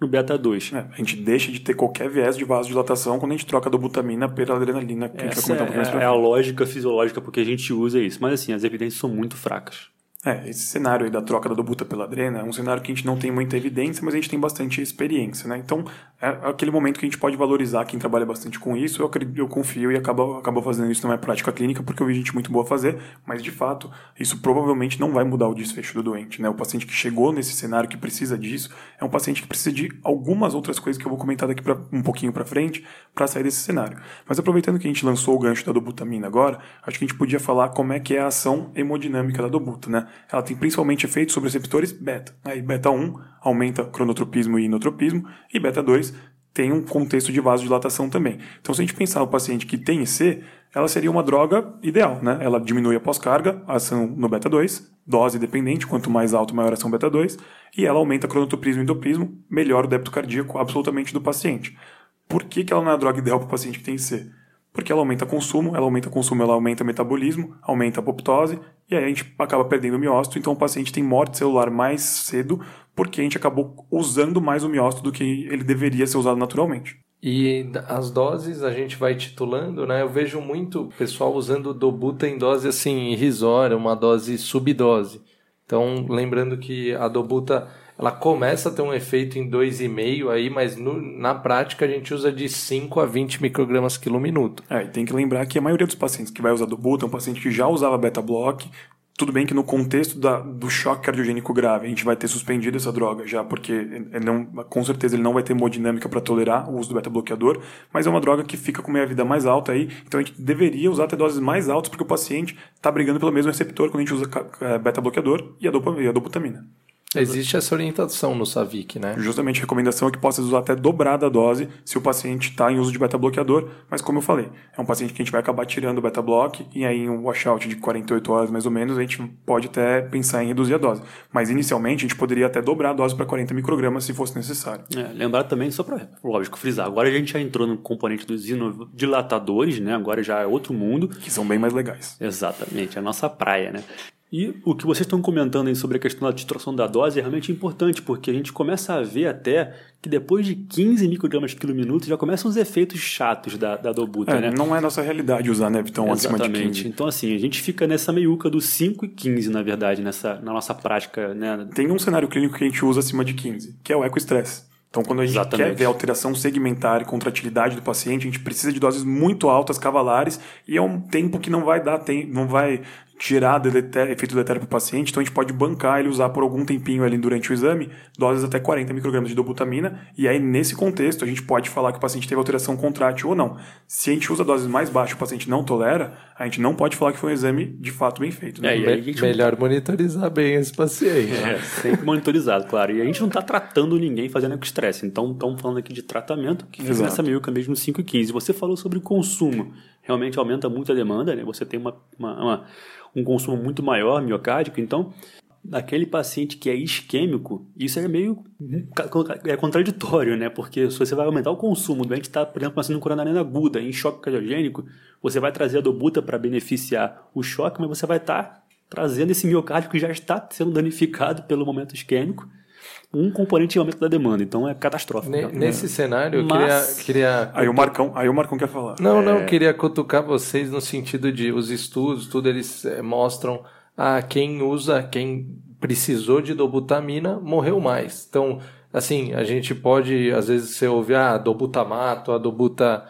no beta dois. É, a gente deixa de ter qualquer viés de vasodilatação quando a gente troca a dobutamina pela adrenalina, que Essa a gente vai comentar um pouco mais pra é, é a frente. lógica fisiológica porque a gente usa isso. Mas assim, as evidências são muito fracas. É, esse cenário aí da troca da dobuta pela adrena é um cenário que a gente não tem muita evidência, mas a gente tem bastante experiência, né? Então, é aquele momento que a gente pode valorizar quem trabalha bastante com isso. Eu, acredito, eu confio e acabo, acabo fazendo isso na minha prática clínica, porque eu vi gente muito boa fazer, mas de fato, isso provavelmente não vai mudar o desfecho do doente, né? O paciente que chegou nesse cenário que precisa disso é um paciente que precisa de algumas outras coisas que eu vou comentar daqui pra, um pouquinho para frente para sair desse cenário. Mas aproveitando que a gente lançou o gancho da dobutamina agora, acho que a gente podia falar como é que é a ação hemodinâmica da dobuta, né? Ela tem principalmente efeitos sobre receptores beta. Aí beta um aumenta cronotropismo e inotropismo, e beta dois tem um contexto de vasodilatação também. Então, se a gente pensar o paciente que tem E C, ela seria uma droga ideal, né? Ela diminui a pós-carga, a ação no beta dois, dose dependente, quanto mais alto, maior a ação beta dois, e ela aumenta cronotropismo e endopismo, melhora o débito cardíaco absolutamente do paciente. Por que que ela não é a droga ideal para o paciente que tem E C? Porque ela aumenta consumo, ela aumenta consumo, ela aumenta metabolismo, aumenta a apoptose, e aí a gente acaba perdendo o miócito, então o paciente tem morte celular mais cedo, porque a gente acabou usando mais o miócito do que ele deveria ser usado naturalmente. E as doses a gente vai titulando, né? Eu vejo muito pessoal usando dobuta em dose assim irrisória, uma dose subdose. Então, lembrando que a dobuta ela começa a ter um efeito em dois vírgula cinco aí, mas no, na prática a gente usa de cinco a vinte microgramas quilo minuto. É, e tem que lembrar que a maioria dos pacientes que vai usar dobuta é um paciente que já usava beta-block. Tudo bem que no contexto da, do choque cardiogênico grave a gente vai ter suspendido essa droga já, porque ele não, com certeza ele não vai ter hemodinâmica para tolerar o uso do beta-bloqueador, mas é uma droga que fica com meia vida mais alta aí, então a gente deveria usar até doses mais altas porque o paciente está brigando pelo mesmo receptor quando a gente usa é, beta-bloqueador e a, dopa, e a dobutamina. Existe essa orientação no SAVIC, né? Justamente a recomendação é que possa usar até dobrada a dose se o paciente está em uso de beta-bloqueador, mas como eu falei, é um paciente que a gente vai acabar tirando o beta-block e aí em um washout de quarenta e oito horas mais ou menos a gente pode até pensar em reduzir a dose. Mas inicialmente a gente poderia até dobrar a dose para quarenta microgramas se fosse necessário. É, lembrar também, só para, lógico, frisar, agora a gente já entrou no componente dos inodilatadores, né? Agora já é outro mundo. Que são bem mais legais. Exatamente, a nossa praia, né? E o que vocês estão comentando aí sobre a questão da titração da dose é realmente importante, porque a gente começa a ver até que depois de quinze microgramas por quilo minuto já começam os efeitos chatos da, da dobuta, é, né? Não é nossa realidade usar Nevtão acima de quinze. Então, assim, a gente fica nessa meiuca dos cinco e quinze, na verdade, nessa, na nossa prática, né? Tem um cenário clínico que a gente usa acima de quinze, que é o ecoestresse. Então, quando a gente Exatamente. quer ver alteração segmentar e contratilidade do paciente, a gente precisa de doses muito altas, cavalares, e é um tempo que não vai dar tempo, não vai gerar deleté- efeito deletério para o paciente, então a gente pode bancar ele usar por algum tempinho ali durante o exame, doses até quarenta microgramas de dobutamina, e aí nesse contexto a gente pode falar que o paciente teve alteração contrátil ou não. Se a gente usa doses mais baixas e o paciente não tolera, a gente não pode falar que foi um exame de fato bem feito. Né? É, e aí a gente Melhor monitorizar bem esse paciente. É, sempre monitorizado, claro. E a gente não está tratando ninguém fazendo estresse. Então, estamos falando aqui de tratamento que fica nessa meiuca mesmo no cinco e quinze. Você falou sobre consumo. Realmente aumenta muito a demanda, né? Você tem uma, uma, uma, um consumo muito maior miocárdico. Então, naquele paciente que é isquêmico, isso é meio é contraditório, né? Porque se você vai aumentar o consumo, o doente está, por exemplo, passando coronariana aguda, em choque cardiogênico, você vai trazer a dobuta para beneficiar o choque, mas você vai estar tá trazendo esse miocárdio que já está sendo danificado pelo momento isquêmico, um componente de aumento da demanda, então é catastrófico. Ne- nesse é. cenário, eu Mas... queria... queria... Aí o Marcão, aí o Marcão quer falar. Não, é... não, eu queria cutucar vocês no sentido de os estudos, tudo eles é, mostram a quem usa, quem precisou de dobutamina, morreu mais. Então, assim, a gente pode, às vezes você ouve, ah, dobutamato, a dobuta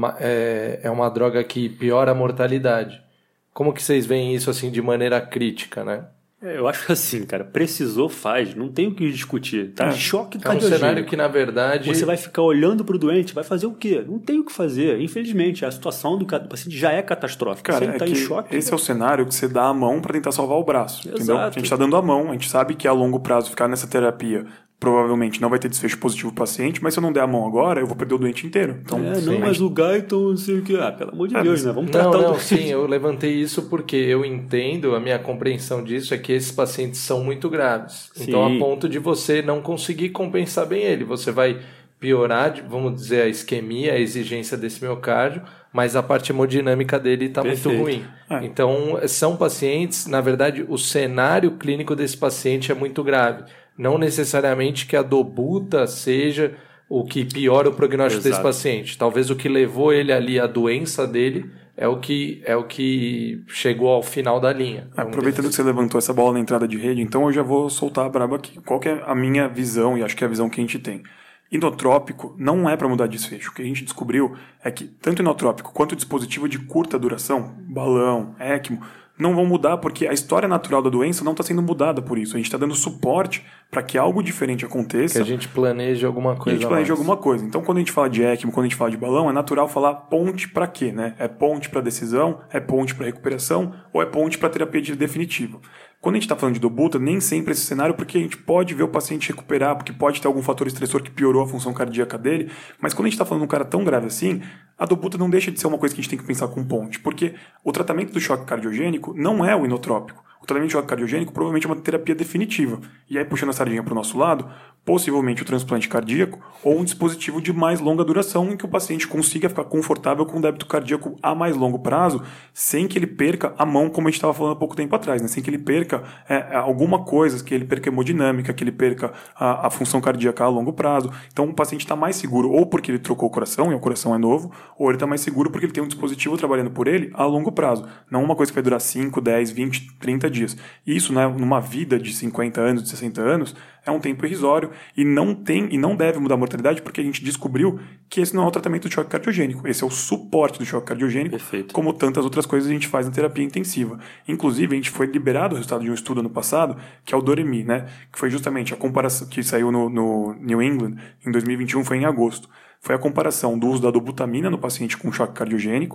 é, é uma droga que piora a mortalidade. Como que vocês veem isso, assim, de maneira crítica, né? É, eu acho que assim, cara, precisou, faz, não tem o que discutir. Tá? É. Choque É um cardiogênico. cenário que, na verdade... Você vai ficar olhando pro doente, vai fazer o quê? Não tem o que fazer. Infelizmente, a situação do paciente já é catastrófica. Cara, Se ele é tá que em choque... esse é o cenário que você dá a mão para tentar salvar o braço. Exato. Entendeu? A gente está dando a mão, a gente sabe que a longo prazo ficar nessa terapia provavelmente não vai ter desfecho positivo pro paciente, mas se eu não der a mão agora, eu vou perder o doente inteiro. Então, É, sim, não, mas gente... o Guyton, não sei o que. Ah, pelo amor de É, Deus, né? Vamos Não, tratar não, o sim, eu levantei isso porque eu entendo, a minha compreensão disso é que esses pacientes são muito graves. Sim. Então, a ponto de você não conseguir compensar bem ele. Você vai piorar, vamos dizer, a isquemia, a exigência desse miocárdio, mas a parte hemodinâmica dele está muito ruim. É. Então, são pacientes, na verdade, o cenário clínico desse paciente é muito grave. Não necessariamente que a dobuta seja o que piora o prognóstico Exato. Desse paciente. Talvez o que levou ele ali, a doença dele, é o que, é o que chegou ao final da linha. Aproveitando que você levantou essa bola na entrada de rede, então eu já vou soltar a braba aqui. Qual que é a minha visão, e acho que é a visão que a gente tem? Inotrópico não é para mudar desfecho. O que a gente descobriu é que tanto inotrópico quanto dispositivo de curta duração, balão, ECMO, não vão mudar porque a história natural da doença não está sendo mudada por isso. A gente está dando suporte para que algo diferente aconteça. Que a gente planeje alguma coisa. Que a gente planeje alguma coisa. Então, quando a gente fala de ECMO, quando a gente fala de balão, é natural falar ponte para quê, né? É ponte para decisão, é ponte para recuperação ou é ponte para terapia definitiva. Quando a gente está falando de dobuta, nem sempre esse cenário, porque a gente pode ver o paciente recuperar, porque pode ter algum fator estressor que piorou a função cardíaca dele, mas quando a gente está falando de um cara tão grave assim, a dobuta não deixa de ser uma coisa que a gente tem que pensar com ponte, porque o tratamento do choque cardiogênico não é o inotrópico. O tratamento de choque cardiogênico provavelmente é uma terapia definitiva. E aí, puxando a sardinha para o nosso lado, possivelmente o transplante cardíaco ou um dispositivo de mais longa duração em que o paciente consiga ficar confortável com o débito cardíaco a mais longo prazo, sem que ele perca a mão, como a gente estava falando há pouco tempo atrás, né? Sem que ele perca é, alguma coisa, que ele perca a hemodinâmica, que ele perca a, a função cardíaca a longo prazo. Então, o paciente está mais seguro ou porque ele trocou o coração e o coração é novo, ou ele está mais seguro porque ele tem um dispositivo trabalhando por ele a longo prazo. Não uma coisa que vai durar cinco, dez, vinte, trinta dias. E isso, né, numa vida de cinquenta anos, de sessenta anos, é um tempo irrisório e não tem e não deve mudar a mortalidade porque a gente descobriu que esse não é o tratamento do choque cardiogênico. Esse é o suporte do choque cardiogênico, Perfeito. Como tantas outras coisas a gente faz na terapia intensiva. Inclusive, a gente foi liberado o resultado de um estudo ano passado, que é o DOREMI, né, que foi justamente a comparação que saiu no, no New England em dois mil e vinte e um, foi em agosto. Foi a comparação do uso da dobutamina no paciente com choque cardiogênico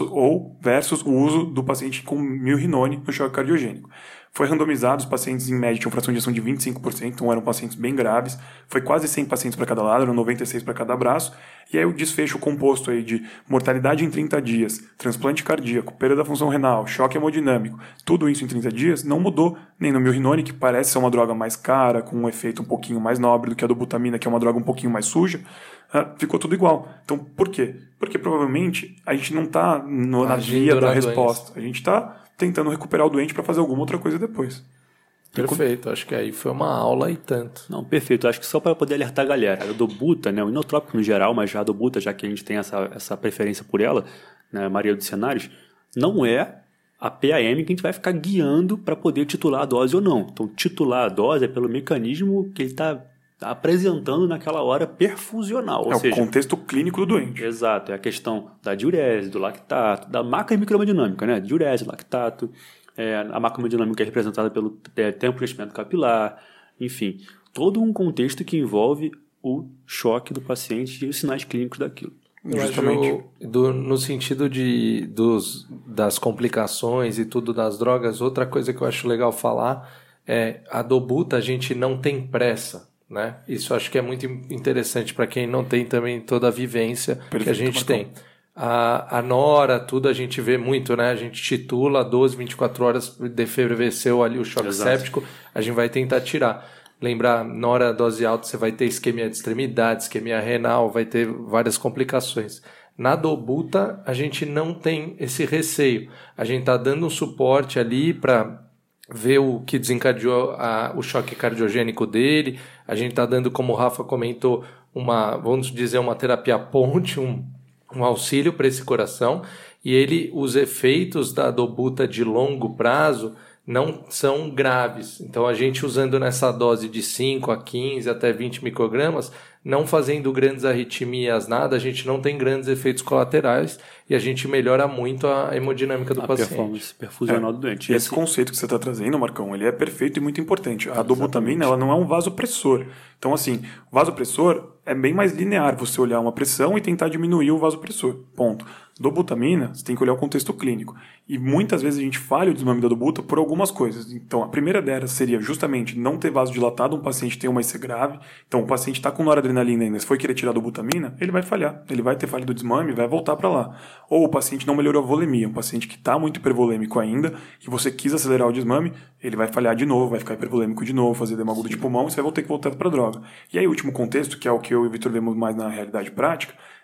ou versus o uso do paciente com milrinone no choque cardiogênico. Foi randomizado, os pacientes em média tinham fração de ejeção de vinte e cinco por cento, então eram pacientes bem graves. Foi quase cem pacientes para cada lado, eram noventa e seis para cada braço. E aí o desfecho composto aí de mortalidade em trinta dias, transplante cardíaco, perda da função renal, choque hemodinâmico, tudo isso em trinta dias não mudou nem no milrinone, que parece ser uma droga mais cara, com um efeito um pouquinho mais nobre do que a dobutamina, que é uma droga um pouquinho mais suja. Uh, ficou tudo igual. Então, por quê? Porque provavelmente a gente não está na via da resposta. Doença. A gente está tentando recuperar o doente para fazer alguma outra coisa depois. Perfeito, acho que aí foi uma aula e tanto. Não, perfeito. Acho que só para poder alertar a galera, a dobuta, né, o inotrópico no geral, mas já a dobuta, já que a gente tem essa, essa preferência por ela, né, a maioria dos cenários, não é a P A M que a gente vai ficar guiando para poder titular a dose ou não. Então, titular a dose é pelo mecanismo que ele está apresentando naquela hora perfusional. É ou o seja, contexto clínico do doente. Exato, é a questão da diurese, do lactato, da macro-microhemodinâmica, né? Diurese, lactato, é, a macro-hemodinâmica é representada pelo é, tempo de crescimento capilar, enfim, todo um contexto que envolve o choque do paciente e os sinais clínicos daquilo. Eu Justamente. Acho, do, no sentido de, dos, das complicações e tudo das drogas, outra coisa que eu acho legal falar é a dobuta, a gente não tem pressa. Né? Isso acho que é muito interessante para quem não tem também toda a vivência Perfeito, que a gente Marcão. Tem. A, a Nora, tudo a gente vê muito, né? A gente titula doze, vinte e quatro horas, defebreceu ali o choque Exato. Séptico, a gente vai tentar tirar. Lembrar, Nora, dose alta, você vai ter isquemia de extremidade, isquemia renal, vai ter várias complicações. Na dobuta, a gente não tem esse receio. A gente está dando um suporte ali para ver o que desencadeou a, o choque cardiogênico dele. A gente está dando, como o Rafa comentou, uma, vamos dizer, uma terapia ponte, um, um auxílio para esse coração. E ele, os efeitos da dobuta de longo prazo não são graves. Então, a gente usando nessa dose de cinco a quinze até vinte microgramas, não fazendo grandes arritmias, nada, a gente não tem grandes efeitos colaterais e a gente melhora muito a hemodinâmica do a paciente. A performance perfusional é, do doente. E esse conceito que você está trazendo, Marcão, ele é perfeito e muito importante. A dobutamina, ela não é um vasopressor. Então, assim, o vasopressor é bem mais linear você olhar uma pressão e tentar diminuir o vasopressor. Ponto. Dobutamina, você tem que olhar o contexto clínico. E muitas vezes a gente falha o desmame da dobuta por algumas coisas. Então, a primeira delas seria justamente não ter vasodilatado, um paciente ter uma I C grave. Então, o paciente está com noradrenalina ainda, se for querer tirar a dobutamina, ele vai falhar. Ele vai ter falha do desmame e vai voltar para lá. Ou o paciente não melhorou a volemia, um paciente que está muito hipervolêmico ainda, e você quis acelerar o desmame, ele vai falhar de novo, vai ficar hipervolêmico de novo, fazer edema agudo de pulmão, e você vai ter que voltar para a droga. E aí, o último contexto, que é o que eu e o Vitor vemos mais na realidade prática,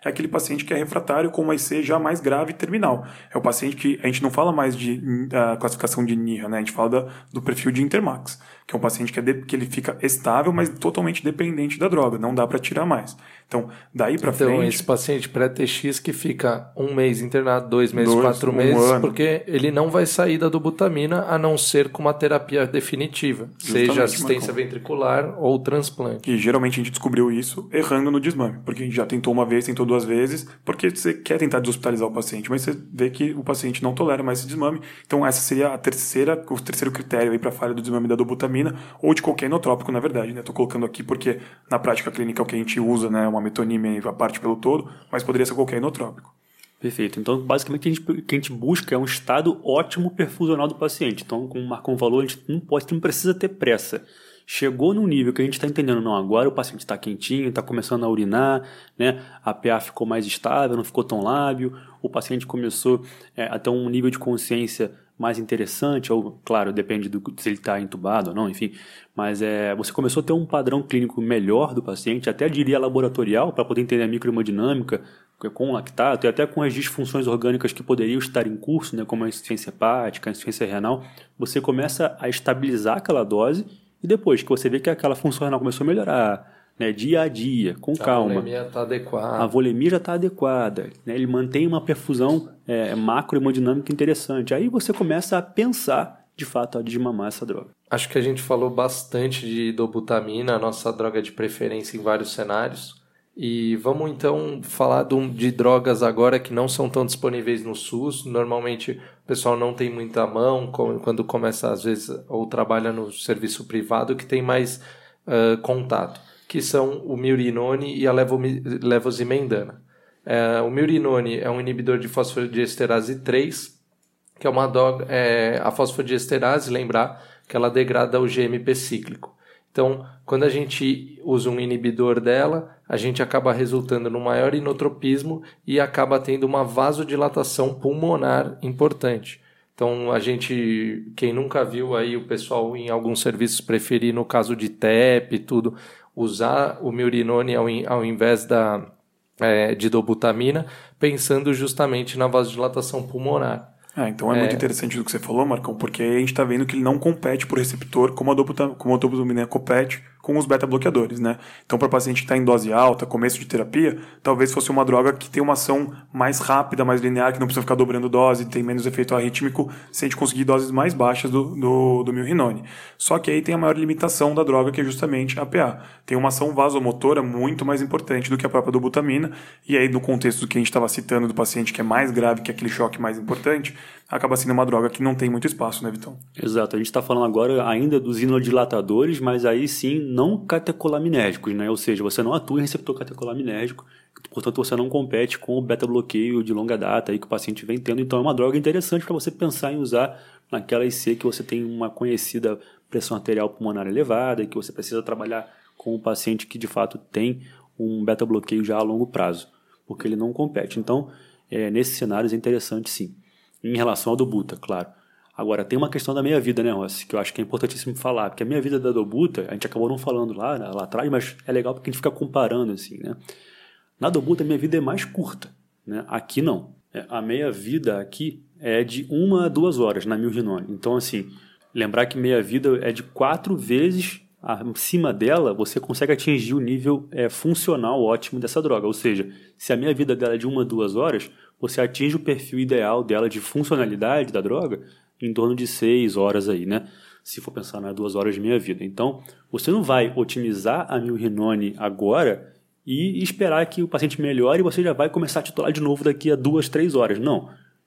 é aquele paciente que é refratário com uma I C já mais grave e terminal. É o paciente que a gente não fala mais de uh, classificação de N I R A, né? A gente fala da, do perfil de Intermax, que é um paciente que, é de, que ele fica estável, mas totalmente dependente da droga, não dá para tirar mais. Então, daí para então, frente... Então, esse paciente pré-T X que fica um mês internado, dois meses, dois, quatro um meses, ano. porque ele não vai sair da dobutamina a não ser com uma terapia definitiva, Justamente, seja assistência Marcão. ventricular ou transplante. E geralmente a gente descobriu isso errando no desmame, porque a gente já tentou uma vez, tentou duas vezes, porque você quer tentar deshospitalizar o paciente, mas você vê que o paciente não tolera mais esse desmame. Então essa seria a terceira, o terceiro critério para a falha do desmame da dobutamina, ou de qualquer inotrópico, na verdade. Estou colocando aqui porque na prática clínica é o que a gente usa, né, uma metonímia a parte pelo todo, mas poderia ser qualquer inotrópico. Perfeito. Então, basicamente, o que a gente, o que a gente busca é um estado ótimo perfusional do paciente. Então, como marcou um valor, a gente não pode, não precisa ter pressa. Chegou num nível que a gente está entendendo, não, agora o paciente está quentinho, está começando a urinar, né? A P A ficou mais estável, não ficou tão lábil, o paciente começou é, a ter um nível de consciência mais interessante, ou, claro, depende do, se ele está entubado ou não, enfim, mas é, você começou a ter um padrão clínico melhor do paciente, até diria laboratorial, para poder entender a microhemodinâmica com lactato e até com as disfunções orgânicas que poderiam estar em curso, né, como a insuficiência hepática, a insuficiência renal, você começa a estabilizar aquela dose e depois que você vê que aquela função renal começou a melhorar, né, dia a dia, com calma. A volemia está adequada. A volemia já está adequada. Né, ele mantém uma perfusão é, macrohemodinâmica interessante. Aí você começa a pensar, de fato, a desmamar essa droga. Acho que a gente falou bastante de dobutamina, a nossa droga de preferência em vários cenários. E vamos então falar de drogas agora que não são tão disponíveis no SUS. Normalmente o pessoal não tem muita mão quando começa, às vezes, ou trabalha no serviço privado, que tem mais uh, contato, que são o milrinone e a levosimendana. Uh, o milrinone é um inibidor de fosfodiesterase três, que é uma droga, é, a fosfodiesterase, lembrar que ela degrada o G M P cíclico. Então, quando a gente usa um inibidor dela, a gente acaba resultando no maior inotropismo e acaba tendo uma vasodilatação pulmonar importante. Então, a gente, quem nunca viu aí o pessoal em alguns serviços preferir, no caso de T E P e tudo, usar o milrinone ao, ao invés da, é, de dobutamina, pensando justamente na vasodilatação pulmonar. Ah, então é, é muito interessante o que você falou, Marcão, porque aí a gente está vendo que ele não compete por receptor como a, dobuta, como a dobutamina compete com os beta-bloqueadores, né? Então, para paciente que está em dose alta, começo de terapia, talvez fosse uma droga que tem uma ação mais rápida, mais linear, que não precisa ficar dobrando dose, tem menos efeito arrítmico, se a gente conseguir doses mais baixas do, do, do milrinone. Só que aí tem a maior limitação da droga, que é justamente a P A. Tem uma ação vasomotora muito mais importante do que a própria dobutamina, e aí no contexto do que a gente estava citando do paciente que é mais grave, que é aquele choque mais importante, acaba sendo uma droga que não tem muito espaço, né, Vitão? Exato. A gente está falando agora ainda dos inodilatadores, mas aí sim não catecolaminérgicos, né? Ou seja, você não atua em receptor catecolaminérgico, portanto você não compete com o beta-bloqueio de longa data aí que o paciente vem tendo. Então é uma droga interessante para você pensar em usar naquela I C que você tem uma conhecida pressão arterial pulmonar elevada e que você precisa trabalhar com um paciente que de fato tem um beta-bloqueio já a longo prazo, porque ele não compete. Então, é, nesses cenários é interessante sim. Em relação ao dobuta, claro. Agora, tem uma questão da meia-vida, né, Rossi? Que eu acho que é importantíssimo falar. Porque a meia-vida da dobuta, a gente acabou não falando lá, lá atrás, mas é legal porque a gente fica comparando, assim, né? Na dobuta, a meia-vida é mais curta, né? Aqui, não. A meia-vida aqui é de uma a duas horas na milrinone. Então, assim, lembrar que meia-vida é de quatro vezes acima dela, você consegue atingir o nível é, funcional ótimo dessa droga. Ou seja, se a meia-vida dela é de uma a duas horas, você atinge o perfil ideal dela de funcionalidade da droga em torno de seis horas aí, né? Se for pensar nas duas horas de meia-vida. Então, você não vai otimizar a milrinone agora e esperar que o paciente melhore e você já vai começar a titular de novo daqui a duas, três horas. Não.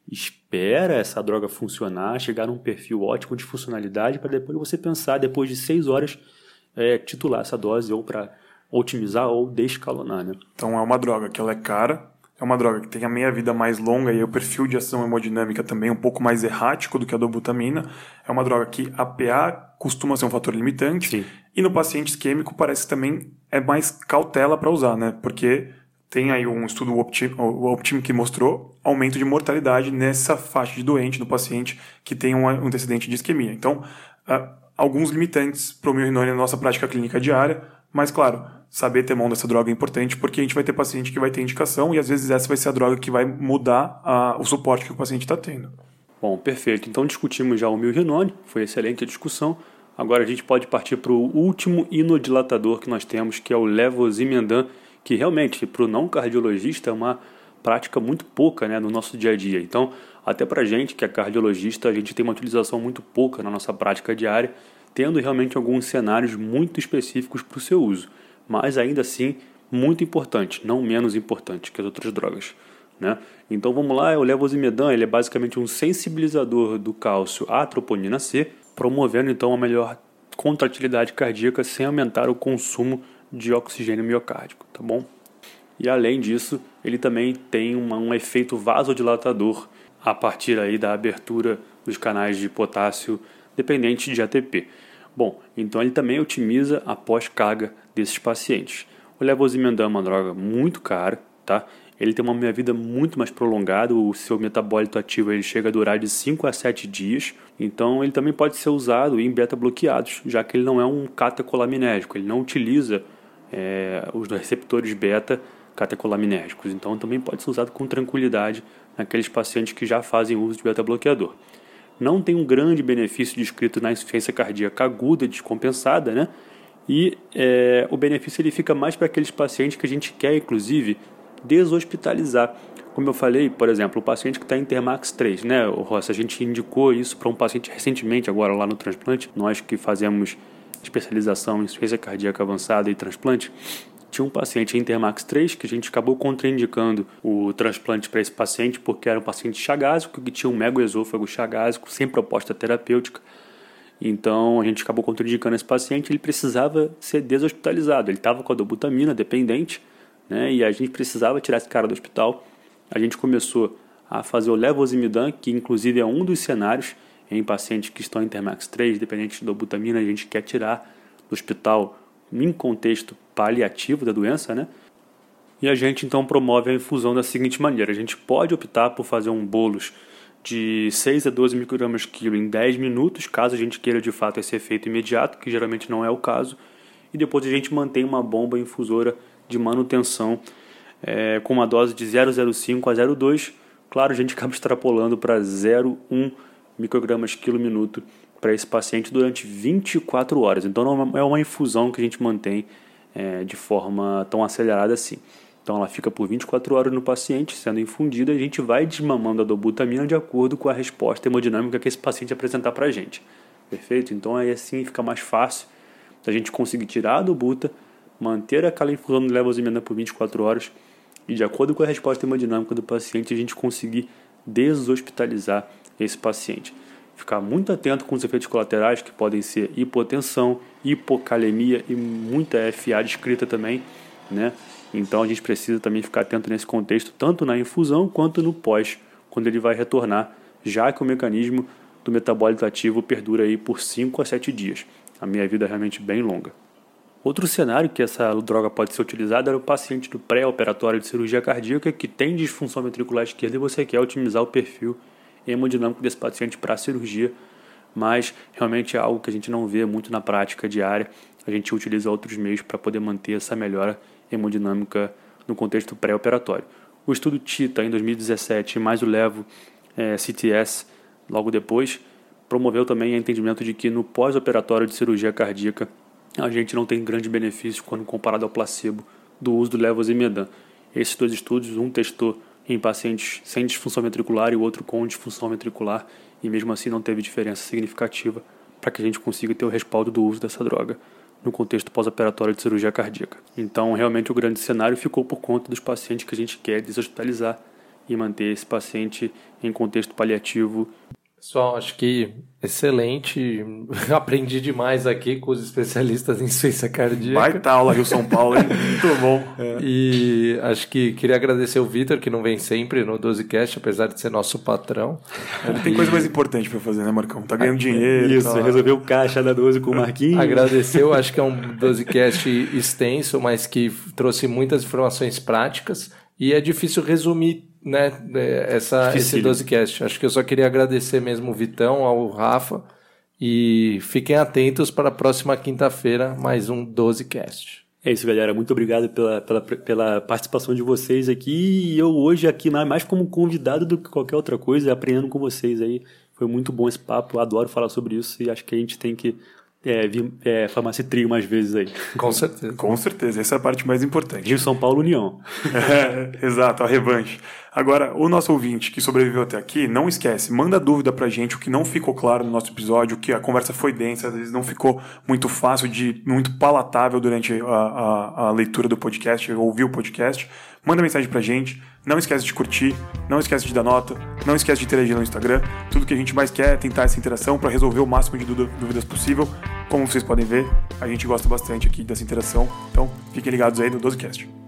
Espera essa droga funcionar, chegar num perfil ótimo de funcionalidade para depois você pensar, depois de seis horas, é, titular essa dose ou para otimizar ou descalonar, né? Então, é uma droga que ela é cara, é uma droga que tem a meia-vida mais longa e o perfil de ação hemodinâmica também um pouco mais errático do que a dobutamina. É uma droga que a P A costuma ser um fator limitante. Sim. E no paciente isquêmico parece que também é mais cautela para usar, né? Porque tem aí um estudo, o Optim, o Optim que mostrou aumento de mortalidade nessa faixa de doente, no paciente que tem um antecedente de isquemia. Então, uh, alguns limitantes para o milrinone na nossa prática clínica diária, mas claro, saber ter mão dessa droga é importante, porque a gente vai ter paciente que vai ter indicação e às vezes essa vai ser a droga que vai mudar a, o suporte que o paciente está tendo. Bom, perfeito. Então discutimos já o milrinone, foi excelente a discussão. Agora a gente pode partir para o último inodilatador que nós temos, que é o levosimendan, que realmente para o não cardiologista é uma prática muito pouca, né, no nosso dia a dia. Então, até para a gente que é cardiologista, a gente tem uma utilização muito pouca na nossa prática diária, tendo realmente alguns cenários muito específicos para o seu uso. Mas ainda assim, muito importante, não menos importante que as outras drogas, né? Então vamos lá, o levosimendan ele é basicamente um sensibilizador do cálcio à troponina C, promovendo então a melhor contratilidade cardíaca sem aumentar o consumo de oxigênio miocárdico, tá bom? E além disso, ele também tem uma, um efeito vasodilatador a partir aí da abertura dos canais de potássio dependente de A T P. Bom, então ele também otimiza a pós-carga desses pacientes. O levosimendan é uma droga muito cara, tá? Ele tem uma meia-vida muito mais prolongada, o seu metabólito ativo ele chega a durar de cinco a sete dias, então ele também pode ser usado em beta-bloqueados, já que ele não é um catecolaminérgico, ele não utiliza é, os receptores beta catecolaminérgicos, então também pode ser usado com tranquilidade naqueles pacientes que já fazem uso de beta-bloqueador. Não tem um grande benefício descrito na insuficiência cardíaca aguda descompensada, né? E é, o benefício ele fica mais para aqueles pacientes que a gente quer, inclusive, deshospitalizar. Como eu falei, por exemplo, o paciente que está em Intermax três, né, o Rossi, a gente indicou isso para um paciente recentemente, agora lá no transplante, nós que fazemos especialização em insuficiência cardíaca avançada e transplante, tinha um paciente em Intermax três que a gente acabou contraindicando o transplante para esse paciente porque era um paciente chagásico que tinha um megoesôfago chagásico sem proposta terapêutica. Então a gente acabou contraindicando esse paciente, ele precisava ser deshospitalizado, ele estava com a dobutamina dependente, né, e a gente precisava tirar esse cara do hospital. A gente começou a fazer o levosimendan, que inclusive é um dos cenários em pacientes que estão em Intermax três, dependentes de dobutamina, a gente quer tirar do hospital em contexto paliativo da doença, né? E a gente então promove a infusão da seguinte maneira: a gente pode optar por fazer um bolos de seis a doze microgramas quilo em dez minutos, caso a gente queira de fato esse efeito imediato, que geralmente não é o caso, e depois a gente mantém uma bomba infusora de manutenção é, com uma dose de zero vírgula zero cinco a zero vírgula dois. Claro, a gente acaba extrapolando para zero vírgula um microgramas quilo minuto para esse paciente durante vinte e quatro horas. Então não é uma infusão que a gente mantém é, de forma tão acelerada assim. Então ela fica por vinte e quatro horas no paciente sendo infundida, e a gente vai desmamando a dobutamina de acordo com a resposta hemodinâmica que esse paciente apresentar para a gente. Perfeito? Então aí assim fica mais fácil a gente conseguir tirar a dobuta, manter aquela infusão de levosimendan por vinte e quatro horas e, de acordo com a resposta hemodinâmica do paciente, a gente conseguir deshospitalizar esse paciente. Ficar muito atento com os efeitos colaterais, que podem ser hipotensão, hipocalemia e muita F A descrita também, né? Então a gente precisa também ficar atento nesse contexto, tanto na infusão quanto no pós, quando ele vai retornar, já que o mecanismo do metabólito ativo perdura aí por cinco a sete dias. A minha vida é realmente bem longa. Outro cenário que essa droga pode ser utilizada era o paciente do pré-operatório de cirurgia cardíaca que tem disfunção ventricular esquerda e você quer otimizar o perfil hemodinâmico desse paciente para a cirurgia, mas realmente é algo que a gente não vê muito na prática diária. A gente utiliza outros meios para poder manter essa melhora hemodinâmica no contexto pré-operatório. O estudo TITA em dois mil e dezessete, mais o Levo é, C T S logo depois, promoveu também o entendimento de que no pós-operatório de cirurgia cardíaca a gente não tem grande benefício quando comparado ao placebo do uso do levosimendan. Esses dois estudos, um testou em pacientes sem disfunção ventricular e o outro com disfunção ventricular, e mesmo assim não teve diferença significativa para que a gente consiga ter o respaldo do uso dessa droga no contexto pós-operatório de cirurgia cardíaca. Então, realmente, o grande cenário ficou por conta dos pacientes que a gente quer deshospitalizar e manter esse paciente em contexto paliativo. Pessoal, acho que excelente. Aprendi demais aqui com os especialistas em insuficiência cardíaca. Baita aula Rio São Paulo, hein? Muito bom. É. E acho que queria agradecer o Vitor, que não vem sempre no dozecast, apesar de ser nosso patrão. Ele tem e... coisa mais importante para fazer, né, Marcão? Tá ganhando dinheiro. Isso, tá... resolveu o caixa da doze com o Marquinhos. Agradeceu, acho que é um dozecast extenso, mas que trouxe muitas informações práticas. E é difícil resumir, né, essa, esse dozecast. Acho que eu só queria agradecer mesmo o Vitão, ao Rafa, e fiquem atentos para a próxima quinta-feira, mais um dozecast. É isso, galera. Muito obrigado pela, pela, pela participação de vocês aqui. E eu hoje aqui mais como convidado do que qualquer outra coisa, aprendendo com vocês aí. Foi muito bom esse papo, eu adoro falar sobre isso e acho que a gente tem que é, vir, é, formar esse trio mais vezes aí. Com certeza. Com certeza, essa é a parte mais importante. Rio, São Paulo, União. É, exato, a revanche. Agora, o nosso ouvinte que sobreviveu até aqui, não esquece, manda dúvida pra gente, o que não ficou claro no nosso episódio, que a conversa foi densa, às vezes não ficou muito fácil, de muito palatável durante a, a, a leitura do podcast, ouvir o podcast. Manda mensagem pra gente, não esquece de curtir, não esquece de dar nota, não esquece de interagir no Instagram. Tudo que a gente mais quer é tentar essa interação para resolver o máximo de dúvidas possível. Como vocês podem ver, a gente gosta bastante aqui dessa interação, então fiquem ligados aí no doze cast.